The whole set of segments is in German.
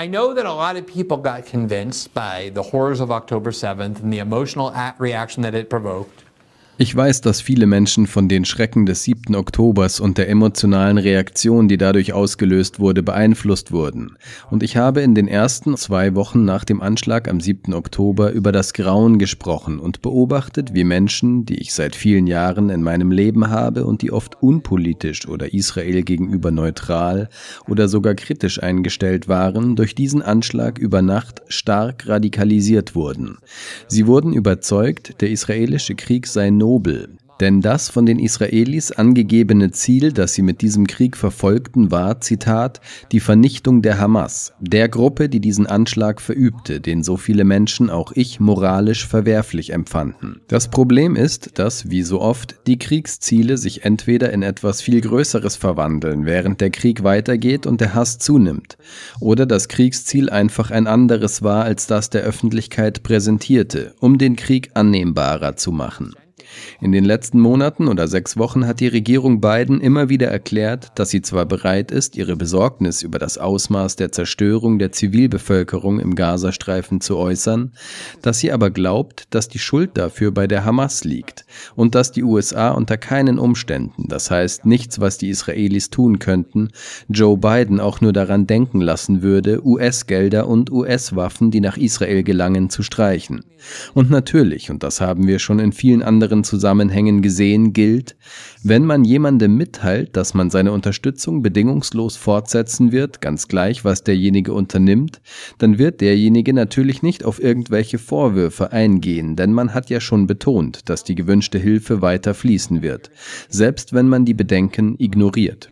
I know that a lot of people got convinced by the horrors of October 7th and the emotional reaction that it provoked. Ich weiß, dass viele Menschen von den Schrecken des 7. Oktobers und der emotionalen Reaktion, die dadurch ausgelöst wurde, beeinflusst wurden. Und ich habe in den ersten 2 Wochen nach dem Anschlag am 7. Oktober über das Grauen gesprochen und beobachtet, wie Menschen, die ich seit vielen Jahren in meinem Leben habe und die oft unpolitisch oder Israel gegenüber neutral oder sogar kritisch eingestellt waren, durch diesen Anschlag über Nacht stark radikalisiert wurden. Sie wurden überzeugt, der israelische Krieg sei nobel, denn das von den Israelis angegebene Ziel, das sie mit diesem Krieg verfolgten, war, Zitat, die Vernichtung der Hamas, der Gruppe, die diesen Anschlag verübte, den so viele Menschen, auch ich, moralisch verwerflich empfanden. Das Problem ist, dass, wie so oft, die Kriegsziele sich entweder in etwas viel Größeres verwandeln, während der Krieg weitergeht und der Hass zunimmt, oder das Kriegsziel einfach ein anderes war, als das der Öffentlichkeit präsentierte, um den Krieg annehmbarer zu machen. In den letzten Monaten oder 6 Wochen hat die Regierung Biden immer wieder erklärt, dass sie zwar bereit ist, ihre Besorgnis über das Ausmaß der Zerstörung der Zivilbevölkerung im Gazastreifen zu äußern, dass sie aber glaubt, dass die Schuld dafür bei der Hamas liegt und dass die USA unter keinen Umständen, das heißt nichts, was die Israelis tun könnten, Joe Biden auch nur daran denken lassen würde, US-Gelder und US-Waffen, die nach Israel gelangen, zu streichen. Und natürlich, und das haben wir schon in vielen anderen Zusammenhängen gesehen, gilt, wenn man jemandem mitteilt, dass man seine Unterstützung bedingungslos fortsetzen wird, ganz gleich, was derjenige unternimmt, dann wird derjenige natürlich nicht auf irgendwelche Vorwürfe eingehen, denn man hat ja schon betont, dass die gewünschte Hilfe weiter fließen wird, selbst wenn man die Bedenken ignoriert.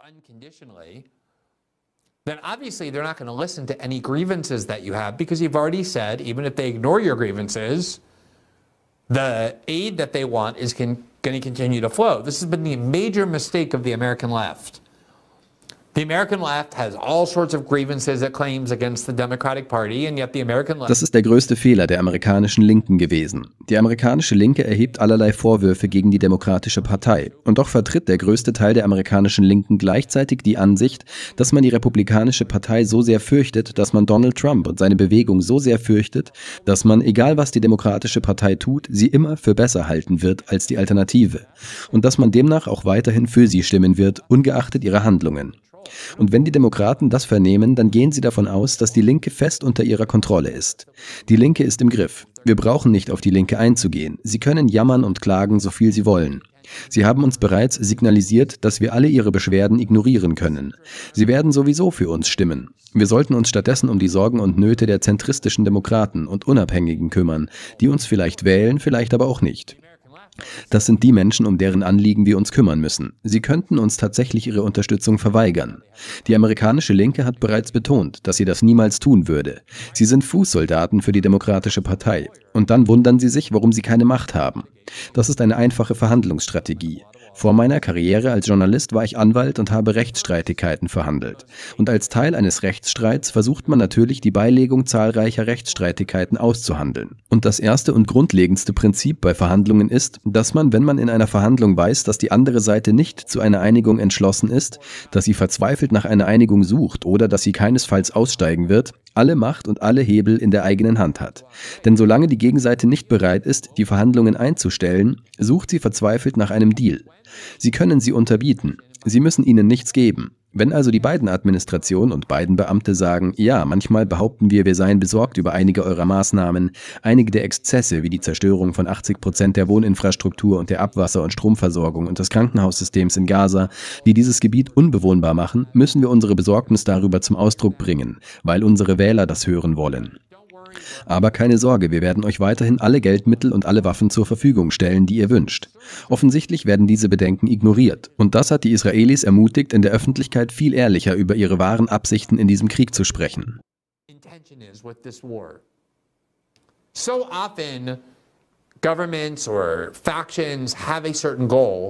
Then obviously they're not going to listen to any grievances that you have because you've already said, even if they ignore your grievances, the aid that they want is going to continue to flow. This has been the major mistake of the American left. The American left has all sorts of grievances it claims against the Democratic Party, and yet the American left... Das ist der größte Fehler der amerikanischen Linken gewesen. Die amerikanische Linke erhebt allerlei Vorwürfe gegen die Demokratische Partei. Und doch vertritt der größte Teil der amerikanischen Linken gleichzeitig die Ansicht, dass man die Republikanische Partei so sehr fürchtet, dass man Donald Trump und seine Bewegung so sehr fürchtet, dass man, egal was die Demokratische Partei tut, sie immer für besser halten wird als die Alternative. Und dass man demnach auch weiterhin für sie stimmen wird, ungeachtet ihrer Handlungen. Und wenn die Demokraten das vernehmen, dann gehen sie davon aus, dass die Linke fest unter ihrer Kontrolle ist. Die Linke ist im Griff. Wir brauchen nicht auf die Linke einzugehen. Sie können jammern und klagen, so viel sie wollen. Sie haben uns bereits signalisiert, dass wir alle ihre Beschwerden ignorieren können. Sie werden sowieso für uns stimmen. Wir sollten uns stattdessen um die Sorgen und Nöte der zentristischen Demokraten und Unabhängigen kümmern, die uns vielleicht wählen, vielleicht aber auch nicht. Das sind die Menschen, um deren Anliegen wir uns kümmern müssen. Sie könnten uns tatsächlich ihre Unterstützung verweigern. Die amerikanische Linke hat bereits betont, dass sie das niemals tun würde. Sie sind Fußsoldaten für die Demokratische Partei. Und dann wundern sie sich, warum sie keine Macht haben. Das ist eine einfache Verhandlungsstrategie. Vor meiner Karriere als Journalist war ich Anwalt und habe Rechtsstreitigkeiten verhandelt. Und als Teil eines Rechtsstreits versucht man natürlich, die Beilegung zahlreicher Rechtsstreitigkeiten auszuhandeln. Und das erste und grundlegendste Prinzip bei Verhandlungen ist, dass man, wenn man in einer Verhandlung weiß, dass die andere Seite nicht zu einer Einigung entschlossen ist, dass sie verzweifelt nach einer Einigung sucht oder dass sie keinesfalls aussteigen wird, alle Macht und alle Hebel in der eigenen Hand hat. Denn solange die Gegenseite nicht bereit ist, die Verhandlungen einzustellen, sucht sie verzweifelt nach einem Deal. Sie können sie unterbieten. Sie müssen ihnen nichts geben. Wenn also die Biden-Administration und Biden-Beamte sagen, ja, manchmal behaupten wir seien besorgt über einige eurer Maßnahmen, einige der Exzesse wie die Zerstörung von 80% der Wohninfrastruktur und der Abwasser- und Stromversorgung und des Krankenhaussystems in Gaza, die dieses Gebiet unbewohnbar machen, müssen wir unsere Besorgnis darüber zum Ausdruck bringen, weil unsere Wähler das hören wollen. Aber keine Sorge, wir werden euch weiterhin alle Geldmittel und alle Waffen zur Verfügung stellen, die ihr wünscht. Offensichtlich werden diese Bedenken ignoriert. Und das hat die Israelis ermutigt, in der Öffentlichkeit viel ehrlicher über ihre wahren Absichten in diesem Krieg zu sprechen. So often governments or factions have a certain goal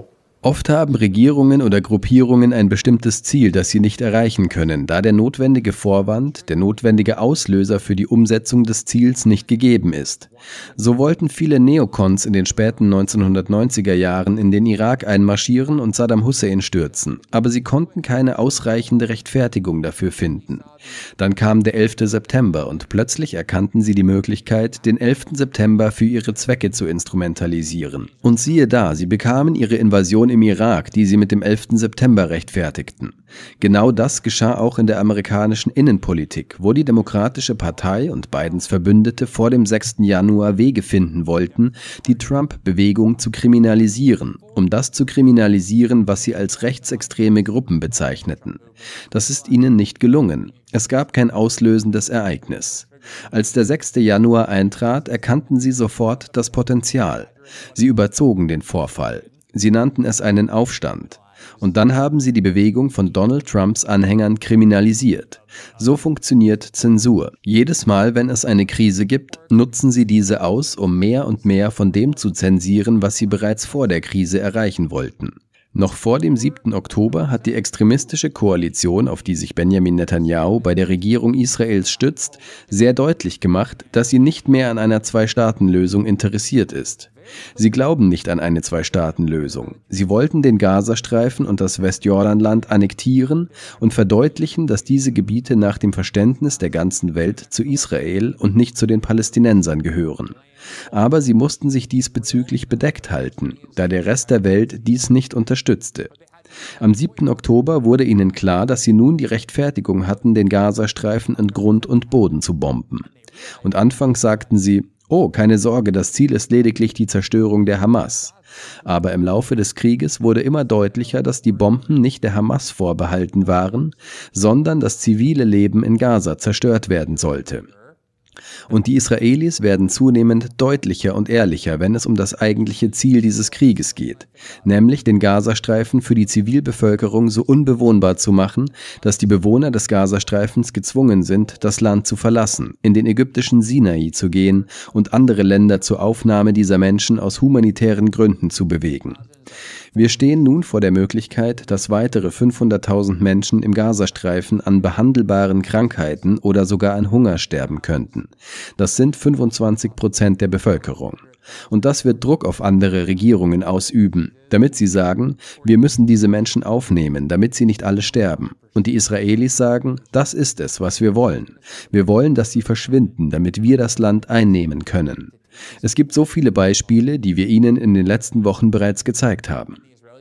Oft haben Regierungen oder Gruppierungen ein bestimmtes Ziel, das sie nicht erreichen können, da der notwendige Vorwand, der notwendige Auslöser für die Umsetzung des Ziels nicht gegeben ist. So wollten viele Neokons in den späten 1990er Jahren in den Irak einmarschieren und Saddam Hussein stürzen, aber sie konnten keine ausreichende Rechtfertigung dafür finden. Dann kam der 11. September und plötzlich erkannten sie die Möglichkeit, den 11. September für ihre Zwecke zu instrumentalisieren. Und siehe da, sie bekamen ihre Invasion im Irak, die sie mit dem 11. September rechtfertigten. Genau das geschah auch in der amerikanischen Innenpolitik, wo die Demokratische Partei und Bidens Verbündete vor dem 6. Januar Wege finden wollten, die Trump-Bewegung zu kriminalisieren, um das zu kriminalisieren, was sie als rechtsextreme Gruppen bezeichneten. Das ist ihnen nicht gelungen. Es gab kein auslösendes Ereignis. Als der 6. Januar eintrat, erkannten sie sofort das Potenzial. Sie überzogen den Vorfall. Sie nannten es einen Aufstand. Und dann haben sie die Bewegung von Donald Trumps Anhängern kriminalisiert. So funktioniert Zensur. Jedes Mal, wenn es eine Krise gibt, nutzen sie diese aus, um mehr und mehr von dem zu zensieren, was sie bereits vor der Krise erreichen wollten. Noch vor dem 7. Oktober hat die extremistische Koalition, auf die sich Benjamin Netanyahu bei der Regierung Israels stützt, sehr deutlich gemacht, dass sie nicht mehr an einer Zwei-Staaten-Lösung interessiert ist. Sie glauben nicht an eine Zwei-Staaten-Lösung. Sie wollten den Gazastreifen und das Westjordanland annektieren und verdeutlichen, dass diese Gebiete nach dem Verständnis der ganzen Welt zu Israel und nicht zu den Palästinensern gehören. Aber sie mussten sich diesbezüglich bedeckt halten, da der Rest der Welt dies nicht unterstützte. Am 7. Oktober wurde ihnen klar, dass sie nun die Rechtfertigung hatten, den Gazastreifen in Grund und Boden zu bomben. Und anfangs sagten sie: Oh, keine Sorge, das Ziel ist lediglich die Zerstörung der Hamas. Aber im Laufe des Krieges wurde immer deutlicher, dass die Bomben nicht der Hamas vorbehalten waren, sondern das zivile Leben in Gaza zerstört werden sollte. Und die Israelis werden zunehmend deutlicher und ehrlicher, wenn es um das eigentliche Ziel dieses Krieges geht, nämlich den Gazastreifen für die Zivilbevölkerung so unbewohnbar zu machen, dass die Bewohner des Gazastreifens gezwungen sind, das Land zu verlassen, in den ägyptischen Sinai zu gehen und andere Länder zur Aufnahme dieser Menschen aus humanitären Gründen zu bewegen. Wir stehen nun vor der Möglichkeit, dass weitere 500.000 Menschen im Gazastreifen an behandelbaren Krankheiten oder sogar an Hunger sterben könnten. Das sind 25% der Bevölkerung. Und das wird Druck auf andere Regierungen ausüben, damit sie sagen, wir müssen diese Menschen aufnehmen, damit sie nicht alle sterben. Und die Israelis sagen, das ist es, was wir wollen. Wir wollen, dass sie verschwinden, damit wir das Land einnehmen können. Es gibt so viele Beispiele, die wir Ihnen in den letzten Wochen bereits gezeigt haben.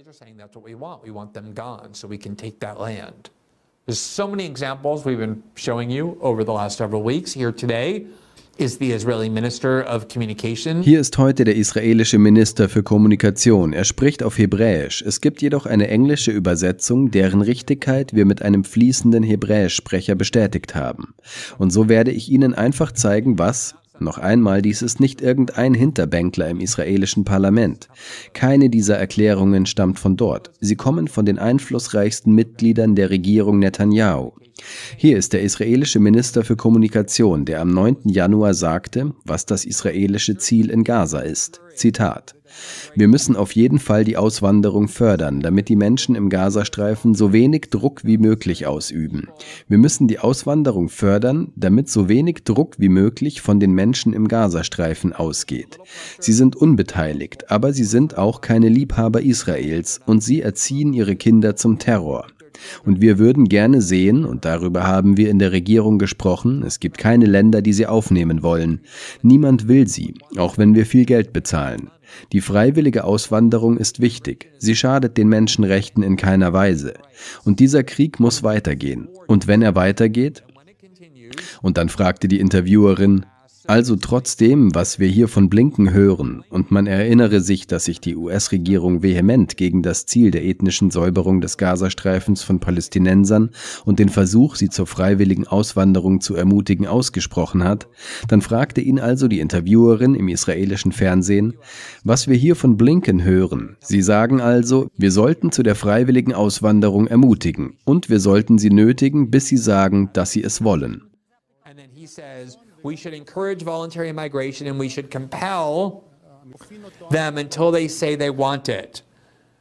There's so many examples we've been showing you over the last several weeks. Here today is the Israeli Minister of Communication. Hier ist heute der israelische Minister für Kommunikation. Er spricht auf Hebräisch. Es gibt jedoch eine englische Übersetzung, deren Richtigkeit wir mit einem fließenden Hebräischsprecher bestätigt haben. Und so werde ich Ihnen einfach zeigen, was... Noch einmal, dies ist nicht irgendein Hinterbänkler im israelischen Parlament. Keine dieser Erklärungen stammt von dort. Sie kommen von den einflussreichsten Mitgliedern der Regierung Netanyahu. Hier ist der israelische Minister für Kommunikation, der am 9. Januar sagte, was das israelische Ziel in Gaza ist. Zitat: Wir müssen auf jeden Fall die Auswanderung fördern, damit die Menschen im Gazastreifen so wenig Druck wie möglich ausüben. Wir müssen die Auswanderung fördern, damit so wenig Druck wie möglich von den Menschen im Gazastreifen ausgeht. Sie sind unbeteiligt, aber sie sind auch keine Liebhaber Israels und sie erziehen ihre Kinder zum Terror. Und wir würden gerne sehen, und darüber haben wir in der Regierung gesprochen, es gibt keine Länder, die sie aufnehmen wollen. Niemand will sie, auch wenn wir viel Geld bezahlen. Die freiwillige Auswanderung ist wichtig. Sie schadet den Menschenrechten in keiner Weise. Und dieser Krieg muss weitergehen. Und wenn er weitergeht? Und dann fragte die Interviewerin: Also trotzdem, was wir hier von Blinken hören, und man erinnere sich, dass sich die US-Regierung vehement gegen das Ziel der ethnischen Säuberung des Gazastreifens von Palästinensern und den Versuch, sie zur freiwilligen Auswanderung zu ermutigen, ausgesprochen hat, dann fragte ihn also die Interviewerin im israelischen Fernsehen: Was wir hier von Blinken hören, Sie sagen also, wir sollten zu der freiwilligen Auswanderung ermutigen und wir sollten sie nötigen, bis sie sagen, dass sie es wollen. We should encourage voluntary migration and we should compel them until they say they want it.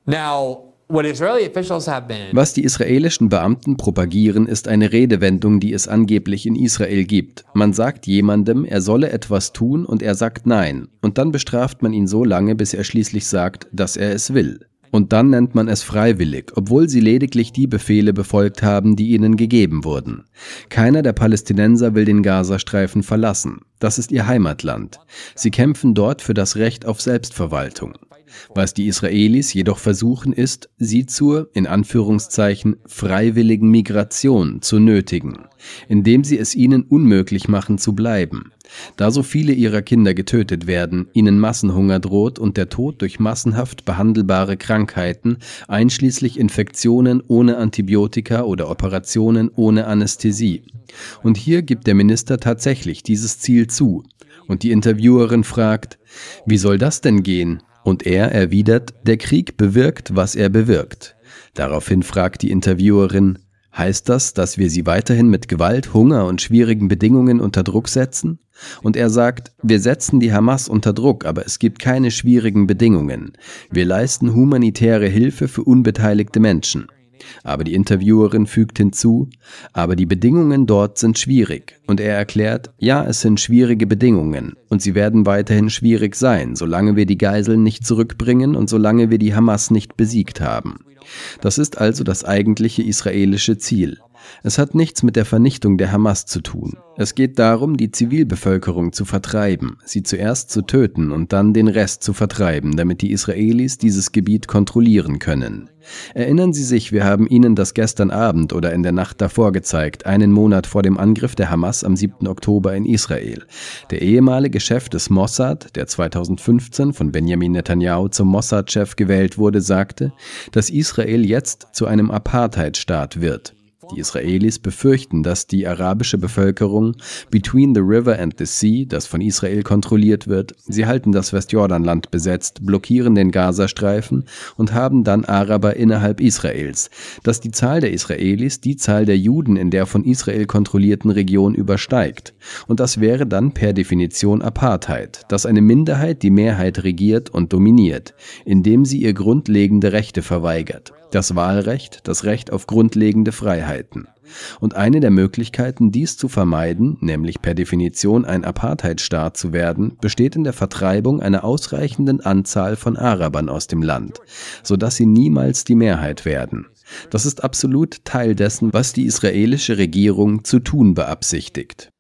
Now, what Israeli officials have been Was die israelischen Beamten propagieren, ist eine Redewendung, die es angeblich in Israel gibt. Man sagt jemandem, er solle etwas tun und er sagt nein. Und dann bestraft man ihn so lange, bis er schließlich sagt, dass er es will. Und dann nennt man es freiwillig, obwohl sie lediglich die Befehle befolgt haben, die ihnen gegeben wurden. Keiner der Palästinenser will den Gazastreifen verlassen. Das ist ihr Heimatland. Sie kämpfen dort für das Recht auf Selbstverwaltung. Was die Israelis jedoch versuchen, ist, sie zur, in Anführungszeichen, freiwilligen Migration zu nötigen, indem sie es ihnen unmöglich machen zu bleiben. Da so viele ihrer Kinder getötet werden, ihnen Massenhunger droht und der Tod durch massenhaft behandelbare Krankheiten, einschließlich Infektionen ohne Antibiotika oder Operationen ohne Anästhesie. Und hier gibt der Minister tatsächlich dieses Ziel zu. Und die Interviewerin fragt, wie soll das denn gehen? Und er erwidert, der Krieg bewirkt, was er bewirkt. Daraufhin fragt die Interviewerin, heißt das, dass wir sie weiterhin mit Gewalt, Hunger und schwierigen Bedingungen unter Druck setzen? Und er sagt, wir setzen die Hamas unter Druck, aber es gibt keine schwierigen Bedingungen. Wir leisten humanitäre Hilfe für unbeteiligte Menschen. Aber die Interviewerin fügt hinzu, aber die Bedingungen dort sind schwierig. Und er erklärt, ja, es sind schwierige Bedingungen und sie werden weiterhin schwierig sein, solange wir die Geiseln nicht zurückbringen und solange wir die Hamas nicht besiegt haben. Das ist also das eigentliche israelische Ziel. Es hat nichts mit der Vernichtung der Hamas zu tun. Es geht darum, die Zivilbevölkerung zu vertreiben, sie zuerst zu töten und dann den Rest zu vertreiben, damit die Israelis dieses Gebiet kontrollieren können. Erinnern Sie sich, wir haben Ihnen das gestern Abend oder in der Nacht davor gezeigt, einen Monat vor dem Angriff der Hamas am 7. Oktober in Israel. Der ehemalige Chef des Mossad, der 2015 von Benjamin Netanyahu zum Mossad-Chef gewählt wurde, sagte, dass Israel jetzt zu einem Apartheidstaat wird. Die Israelis befürchten, dass die arabische Bevölkerung Between the River and the Sea, das von Israel kontrolliert wird, sie halten das Westjordanland besetzt, blockieren den Gazastreifen und haben dann Araber innerhalb Israels, dass die Zahl der Israelis die Zahl der Juden in der von Israel kontrollierten Region übersteigt. Und das wäre dann per Definition Apartheid, dass eine Minderheit die Mehrheit regiert und dominiert, indem sie ihr grundlegende Rechte verweigert. Das Wahlrecht, das Recht auf grundlegende Freiheiten. Und eine der Möglichkeiten, dies zu vermeiden, nämlich per Definition ein Apartheidstaat zu werden, besteht in der Vertreibung einer ausreichenden Anzahl von Arabern aus dem Land, sodass sie niemals die Mehrheit werden. Das ist absolut Teil dessen, was die israelische Regierung zu tun beabsichtigt.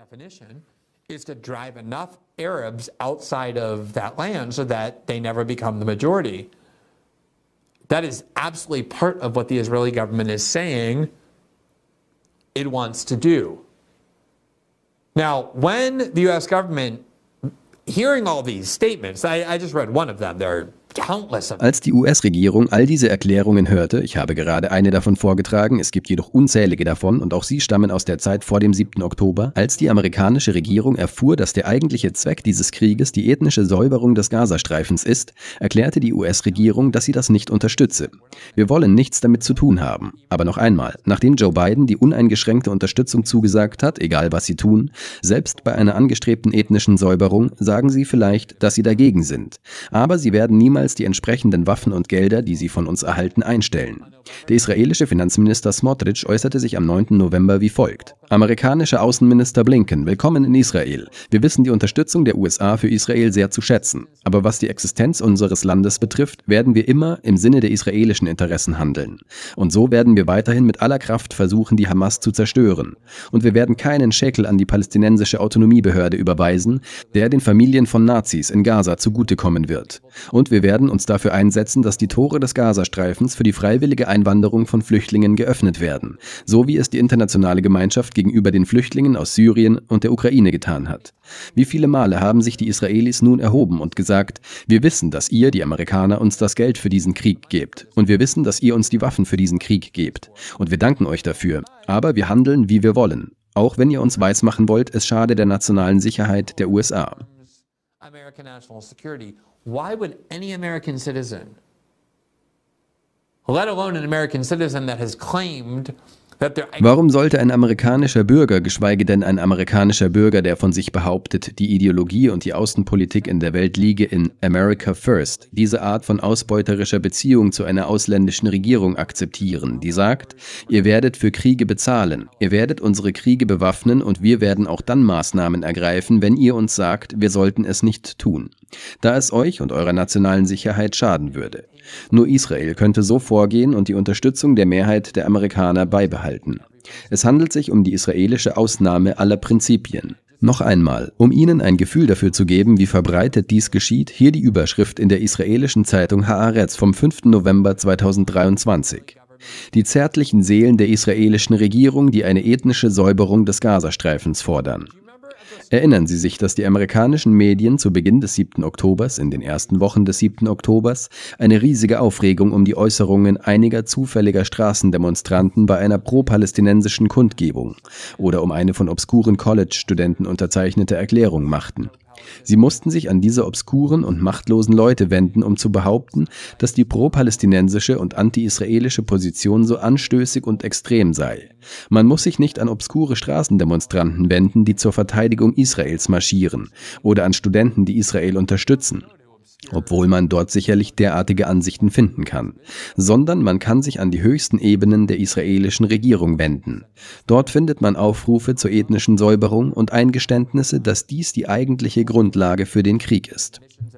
Is to drive enough Arabs outside of that land so that they never become the majority. That is absolutely part of what the Israeli government is saying it wants to do. Now, when the U.S. government, hearing all these statements, I just read one of them, there are countless of them. Als die US-Regierung all diese Erklärungen hörte, ich habe gerade eine davon vorgetragen, es gibt jedoch unzählige davon und auch sie stammen aus der Zeit vor dem 7. Oktober, als die amerikanische Regierung erfuhr, dass der eigentliche Zweck dieses Krieges die ethnische Säuberung des Gazastreifens ist, erklärte die US-Regierung, dass sie das nicht unterstütze. Wir wollen nichts damit zu tun haben. Aber noch einmal, nachdem Joe Biden die uneingeschränkte Unterstützung zugesagt hat, egal was sie tun, selbst bei einer angestrebten ethnischen Säuberung, sagen sie vielleicht, dass sie dagegen sind. Aber sie werden niemals die entsprechenden Waffen und Gelder, die sie von uns erhalten, einstellen. Der israelische Finanzminister Smotrich äußerte sich am 9. November wie folgt. Amerikanischer Außenminister Blinken, willkommen in Israel. Wir wissen die Unterstützung der USA für Israel sehr zu schätzen. Aber was die Existenz unseres Landes betrifft, werden wir immer im Sinne der israelischen Interessen handeln. Und so werden wir weiterhin mit aller Kraft versuchen, die Hamas zu zerstören. Und wir werden keinen Schekel an die palästinensische Autonomiebehörde überweisen, der den Familien von Nazis in Gaza zugutekommen wird. Und wir werden uns dafür einsetzen, dass die Tore des Gazastreifens für die freiwillige Einwanderung von Flüchtlingen geöffnet werden, so wie es die internationale Gemeinschaft gegenüber den Flüchtlingen aus Syrien und der Ukraine getan hat. Wie viele Male haben sich die Israelis nun erhoben und gesagt, wir wissen, dass ihr, die Amerikaner, uns das Geld für diesen Krieg gebt und wir wissen, dass ihr uns die Waffen für diesen Krieg gebt und wir danken euch dafür, aber wir handeln, wie wir wollen, auch wenn ihr uns weismachen wollt, es schade der nationalen Sicherheit der USA. American national security. Why would any American citizen, let alone an American citizen that has claimed Warum sollte ein amerikanischer Bürger, geschweige denn ein amerikanischer Bürger, der von sich behauptet, die Ideologie und die Außenpolitik in der Welt liege in America First, diese Art von ausbeuterischer Beziehung zu einer ausländischen Regierung akzeptieren, die sagt, ihr werdet für Kriege bezahlen, ihr werdet unsere Kriege bewaffnen und wir werden auch dann Maßnahmen ergreifen, wenn ihr uns sagt, wir sollten es nicht tun, da es euch und eurer nationalen Sicherheit schaden würde. Nur Israel könnte so vorgehen und die Unterstützung der Mehrheit der Amerikaner beibehalten. Es handelt sich um die israelische Ausnahme aller Prinzipien. Noch einmal, um Ihnen ein Gefühl dafür zu geben, wie verbreitet dies geschieht, hier die Überschrift in der israelischen Zeitung Haaretz vom 5. November 2023. Die zärtlichen Seelen der israelischen Regierung, die eine ethnische Säuberung des Gazastreifens fordern. Erinnern Sie sich, dass die amerikanischen Medien zu Beginn des 7. Oktobers, in den ersten Wochen des 7. Oktobers, eine riesige Aufregung um die Äußerungen einiger zufälliger Straßendemonstranten bei einer pro-palästinensischen Kundgebung oder um eine von obskuren College-Studenten unterzeichnete Erklärung machten. Sie mussten sich an diese obskuren und machtlosen Leute wenden, um zu behaupten, dass die pro-palästinensische und anti-israelische Position so anstößig und extrem sei. Man muss sich nicht an obskure Straßendemonstranten wenden, die zur Verteidigung Israels marschieren, oder an Studenten, die Israel unterstützen, obwohl man dort sicherlich derartige Ansichten finden kann, sondern man kann sich an die höchsten Ebenen der israelischen Regierung wenden. Dort findet man Aufrufe zur ethnischen Säuberung und Eingeständnisse, dass dies die eigentliche Grundlage für den Krieg ist.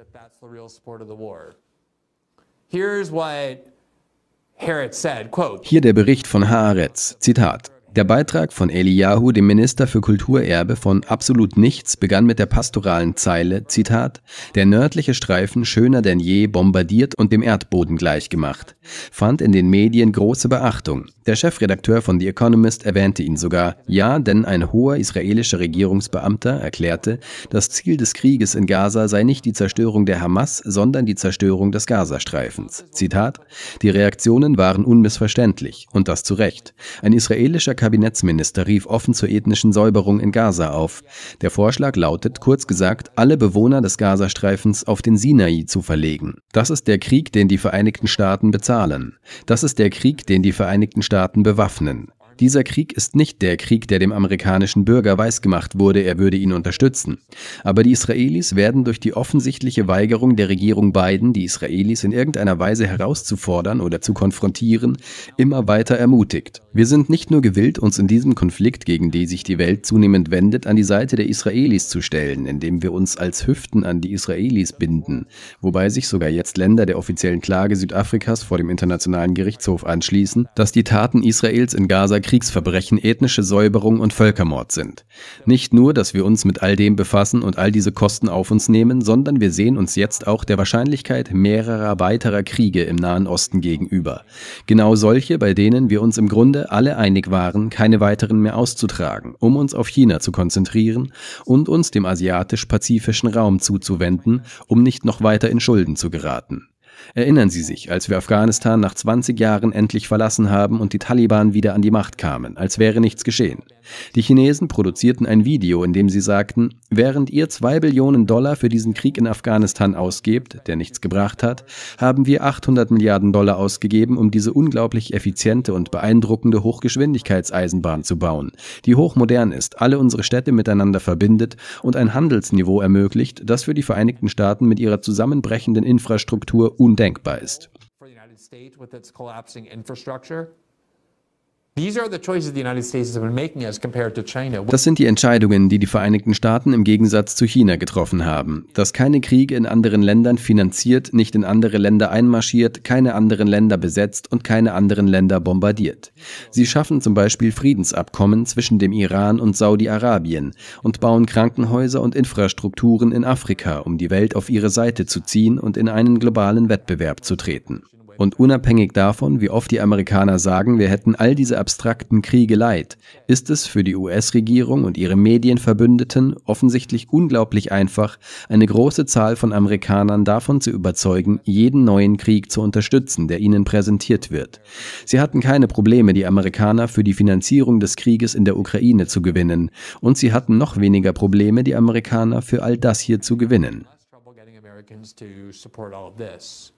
Hier der Bericht von Haaretz, Zitat: Der Beitrag von Eliyahu, dem Minister für Kulturerbe von Absolut Nichts, begann mit der pastoralen Zeile, Zitat, der nördliche Streifen schöner denn je bombardiert und dem Erdboden gleichgemacht, fand in den Medien große Beachtung. Der Chefredakteur von The Economist erwähnte ihn sogar, ja, denn ein hoher israelischer Regierungsbeamter erklärte, das Ziel des Krieges in Gaza sei nicht die Zerstörung der Hamas, sondern die Zerstörung des Gazastreifens. Zitat, die Reaktionen waren unmissverständlich, und das zu Recht. Ein israelischer Kabinettsminister rief offen zur ethnischen Säuberung in Gaza auf. Der Vorschlag lautet, kurz gesagt, alle Bewohner des Gazastreifens auf den Sinai zu verlegen. Das ist der Krieg, den die Vereinigten Staaten bezahlen. Das ist der Krieg, den die Vereinigten Staaten bewaffnen. Dieser Krieg ist nicht der Krieg, der dem amerikanischen Bürger weisgemacht wurde, er würde ihn unterstützen. Aber die Israelis werden durch die offensichtliche Weigerung der Regierung Biden, die Israelis in irgendeiner Weise herauszufordern oder zu konfrontieren, immer weiter ermutigt. Wir sind nicht nur gewillt, uns in diesem Konflikt, gegen den sich die Welt zunehmend wendet, an die Seite der Israelis zu stellen, indem wir uns als Hüften an die Israelis binden, wobei sich sogar jetzt Länder der offiziellen Klage Südafrikas vor dem Internationalen Gerichtshof anschließen, dass die Taten Israels in Gaza Kriegsverbrechen, ethnische Säuberung und Völkermord sind. Nicht nur, dass wir uns mit all dem befassen und all diese Kosten auf uns nehmen, sondern wir sehen uns jetzt auch der Wahrscheinlichkeit mehrerer weiterer Kriege im Nahen Osten gegenüber. Genau solche, bei denen wir uns im Grunde alle einig waren, keine weiteren mehr auszutragen, um uns auf China zu konzentrieren und uns dem asiatisch-pazifischen Raum zuzuwenden, um nicht noch weiter in Schulden zu geraten. Erinnern Sie sich, als wir Afghanistan nach 20 Jahren endlich verlassen haben und die Taliban wieder an die Macht kamen, als wäre nichts geschehen. Die Chinesen produzierten ein Video, in dem sie sagten, während ihr $2 Billionen für diesen Krieg in Afghanistan ausgebt, der nichts gebracht hat, haben wir $800 Milliarden ausgegeben, um diese unglaublich effiziente und beeindruckende Hochgeschwindigkeitseisenbahn zu bauen, die hochmodern ist, alle unsere Städte miteinander verbindet und ein Handelsniveau ermöglicht, das für die Vereinigten Staaten mit ihrer zusammenbrechenden Infrastruktur undenkbar ist. Das sind die Entscheidungen, die die Vereinigten Staaten im Gegensatz zu China getroffen haben. Dass keine Kriege in anderen Ländern finanziert, nicht in andere Länder einmarschiert, keine anderen Länder besetzt und keine anderen Länder bombardiert. Sie schaffen zum Beispiel Friedensabkommen zwischen dem Iran und Saudi-Arabien und bauen Krankenhäuser und Infrastrukturen in Afrika, um die Welt auf ihre Seite zu ziehen und in einen globalen Wettbewerb zu treten. Und unabhängig davon, wie oft die Amerikaner sagen, wir hätten all diese abstrakten Kriege leid, ist es für die US-Regierung und ihre Medienverbündeten offensichtlich unglaublich einfach, eine große Zahl von Amerikanern davon zu überzeugen, jeden neuen Krieg zu unterstützen, der ihnen präsentiert wird. Sie hatten keine Probleme, die Amerikaner für die Finanzierung des Krieges in der Ukraine zu gewinnen, und sie hatten noch weniger Probleme, die Amerikaner für all das hier zu gewinnen.